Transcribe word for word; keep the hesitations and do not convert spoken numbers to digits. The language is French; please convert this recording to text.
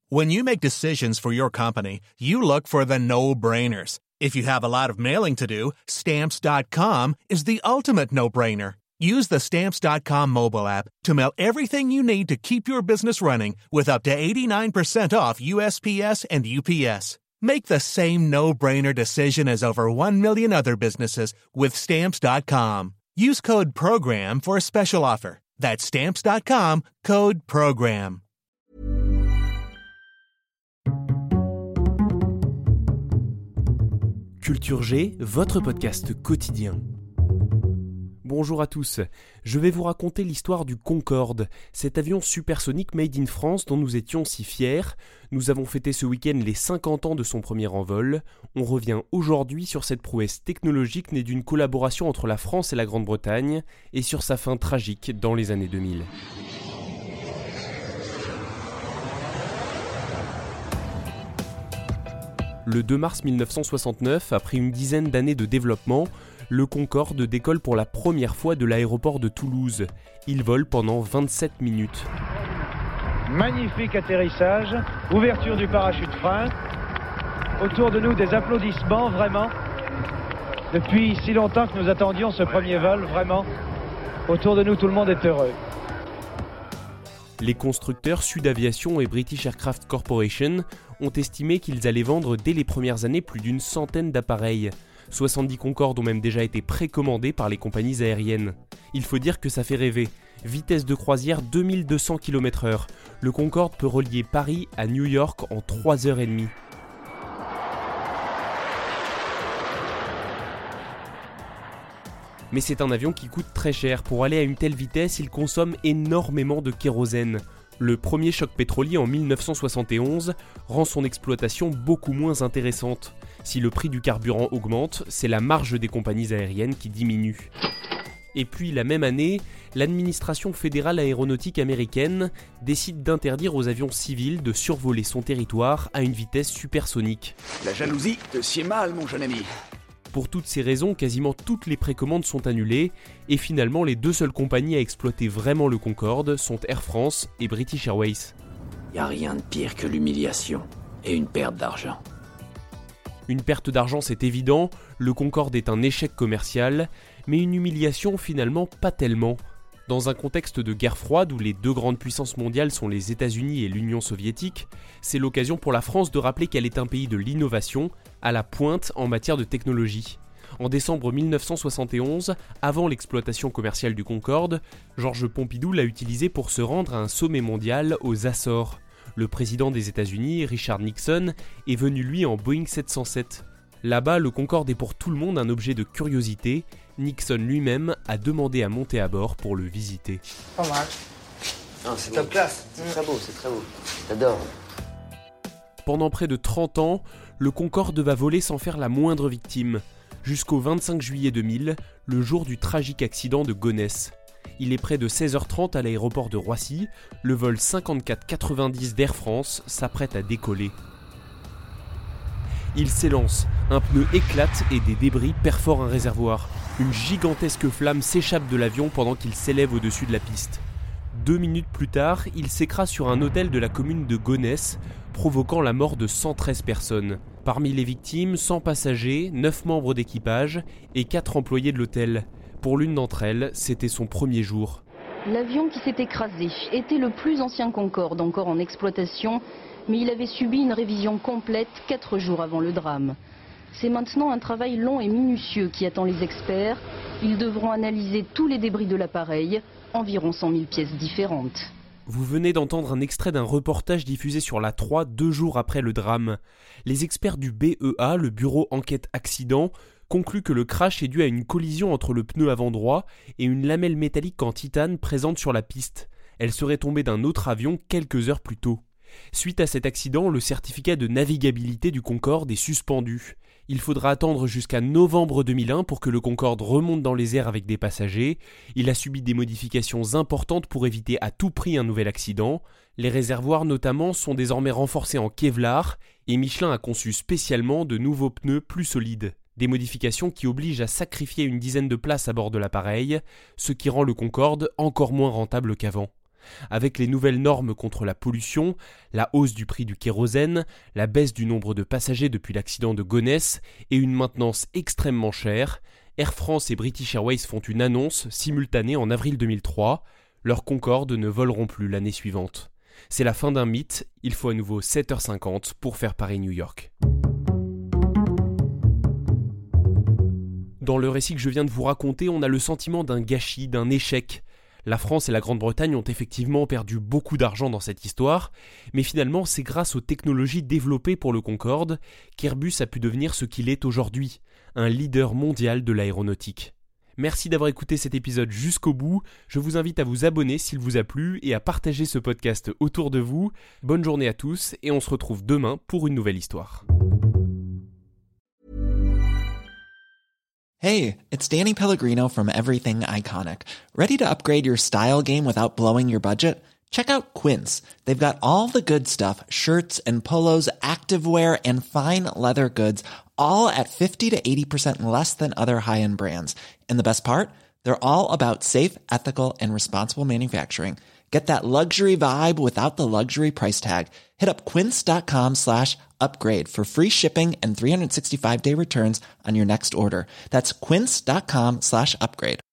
When you make decisions for your company, you look for the no-brainers. If you have a lot of mailing to do, Stamps dot com is the ultimate no-brainer. Use the Stamps dot com mobile app to mail everything you need to keep your business running with up to eighty-nine percent off U S P S and U P S. Make the same no-brainer decision as over one million other businesses with Stamps dot com. Use code PROGRAM for a special offer. That's Stamps dot com, code PROGRAM. Culture G, votre podcast quotidien. Bonjour à tous, je vais vous raconter l'histoire du Concorde, cet avion supersonique made in France dont nous étions si fiers. Nous avons fêté ce week-end les cinquante ans de son premier envol. On revient aujourd'hui sur cette prouesse technologique née d'une collaboration entre la France et la Grande-Bretagne et sur sa fin tragique dans les années deux mille. Le deux mars mille neuf cent soixante-neuf, après une dizaine d'années de développement, le Concorde décolle pour la première fois de l'aéroport de Toulouse. Il vole pendant vingt-sept minutes. Magnifique atterrissage, ouverture du parachute frein. Autour de nous des applaudissements, vraiment. Depuis si longtemps que nous attendions ce premier vol, vraiment. Autour de nous, tout le monde est heureux. Les constructeurs Sud Aviation et British Aircraft Corporation ont estimé qu'ils allaient vendre dès les premières années plus d'une centaine d'appareils. soixante-dix Concorde ont même déjà été précommandés par les compagnies aériennes. Il faut dire que ça fait rêver. Vitesse de croisière deux mille deux cents kilomètres heure. Le Concorde peut relier Paris à New York en trois heures trente. Mais c'est un avion qui coûte très cher. Pour aller à une telle vitesse, il consomme énormément de kérosène. Le premier choc pétrolier en mille neuf cent soixante et onze rend son exploitation beaucoup moins intéressante. Si le prix du carburant augmente, c'est la marge des compagnies aériennes qui diminue. Et puis la même année, l'administration fédérale aéronautique américaine décide d'interdire aux avions civils de survoler son territoire à une vitesse supersonique. La jalousie te sied mal, mon jeune ami. Pour toutes ces raisons, quasiment toutes les précommandes sont annulées, et finalement les deux seules compagnies à exploiter vraiment le Concorde sont Air France et British Airways. Y a rien de pire que l'humiliation et une perte d'argent. Une perte d'argent, c'est évident, le Concorde est un échec commercial, mais une humiliation finalement pas tellement. Dans un contexte de guerre froide où les deux grandes puissances mondiales sont les États-Unis et l'Union soviétique, c'est l'occasion pour la France de rappeler qu'elle est un pays de l'innovation, à la pointe en matière de technologie. En décembre mille neuf cent soixante et onze, avant l'exploitation commerciale du Concorde, Georges Pompidou l'a utilisé pour se rendre à un sommet mondial aux Açores. Le président des États-Unis, Richard Nixon, est venu lui en Boeing sept cent sept. Là-bas, le Concorde est pour tout le monde un objet de curiosité. Nixon lui-même a demandé à monter à bord pour le visiter. Pas mal. Non, c'est top classe, c'est mmh. très beau, c'est très beau. J'adore. Pendant près de trente ans, le Concorde va voler sans faire la moindre victime, jusqu'au vingt-cinq juillet deux mille, le jour du tragique accident de Gonesse. Il est près de seize heures trente à l'aéroport de Roissy, le vol cinquante-quatre quatre-vingt-dix d'Air France s'apprête à décoller. Il s'élance, un pneu éclate et des débris perforent un réservoir. Une gigantesque flamme s'échappe de l'avion pendant qu'il s'élève au-dessus de la piste. Deux minutes plus tard, il s'écrase sur un hôtel de la commune de Gonesse, provoquant la mort de cent treize personnes. Parmi les victimes, cent passagers, neuf membres d'équipage et quatre employés de l'hôtel. Pour l'une d'entre elles, c'était son premier jour. L'avion qui s'est écrasé était le plus ancien Concorde encore en exploitation, mais il avait subi une révision complète quatre jours avant le drame. C'est maintenant un travail long et minutieux qui attend les experts. Ils devront analyser tous les débris de l'appareil, environ cent mille pièces différentes. Vous venez d'entendre un extrait d'un reportage diffusé sur la trois deux jours après le drame. Les experts du B E A, le Bureau Enquête Accident, concluent que le crash est dû à une collision entre le pneu avant droit et une lamelle métallique en titane présente sur la piste. Elle serait tombée d'un autre avion quelques heures plus tôt. Suite à cet accident, le certificat de navigabilité du Concorde est suspendu. Il faudra attendre jusqu'à novembre deux mille un pour que le Concorde remonte dans les airs avec des passagers. Il a subi des modifications importantes pour éviter à tout prix un nouvel accident. Les réservoirs notamment sont désormais renforcés en Kevlar et Michelin a conçu spécialement de nouveaux pneus plus solides. Des modifications qui obligent à sacrifier une dizaine de places à bord de l'appareil, ce qui rend le Concorde encore moins rentable qu'avant. Avec les nouvelles normes contre la pollution, la hausse du prix du kérosène, la baisse du nombre de passagers depuis l'accident de Gonesse et une maintenance extrêmement chère, Air France et British Airways font une annonce simultanée en avril deux mille trois. Leurs Concorde ne voleront plus l'année suivante. C'est la fin d'un mythe, il faut à nouveau sept heures cinquante pour faire Paris-New York. Dans le récit que je viens de vous raconter, on a le sentiment d'un gâchis, d'un échec. La France et la Grande-Bretagne ont effectivement perdu beaucoup d'argent dans cette histoire, mais finalement c'est grâce aux technologies développées pour le Concorde qu'Airbus a pu devenir ce qu'il est aujourd'hui, un leader mondial de l'aéronautique. Merci d'avoir écouté cet épisode jusqu'au bout, je vous invite à vous abonner s'il vous a plu et à partager ce podcast autour de vous. Bonne journée à tous et on se retrouve demain pour une nouvelle histoire. Hey, it's Danny Pellegrino from Everything Iconic. Ready to upgrade your style game without blowing your budget? Check out Quince. They've got all the good stuff, shirts and polos, activewear, and fine leather goods, all at fifty to eighty percent less than other high-end brands. And the best part? They're all about safe, ethical, and responsible manufacturing. Get that luxury vibe without the luxury price tag. Hit up quince.com slash upgrade for free shipping and three sixty-five day returns on your next order. That's quince.com slash upgrade.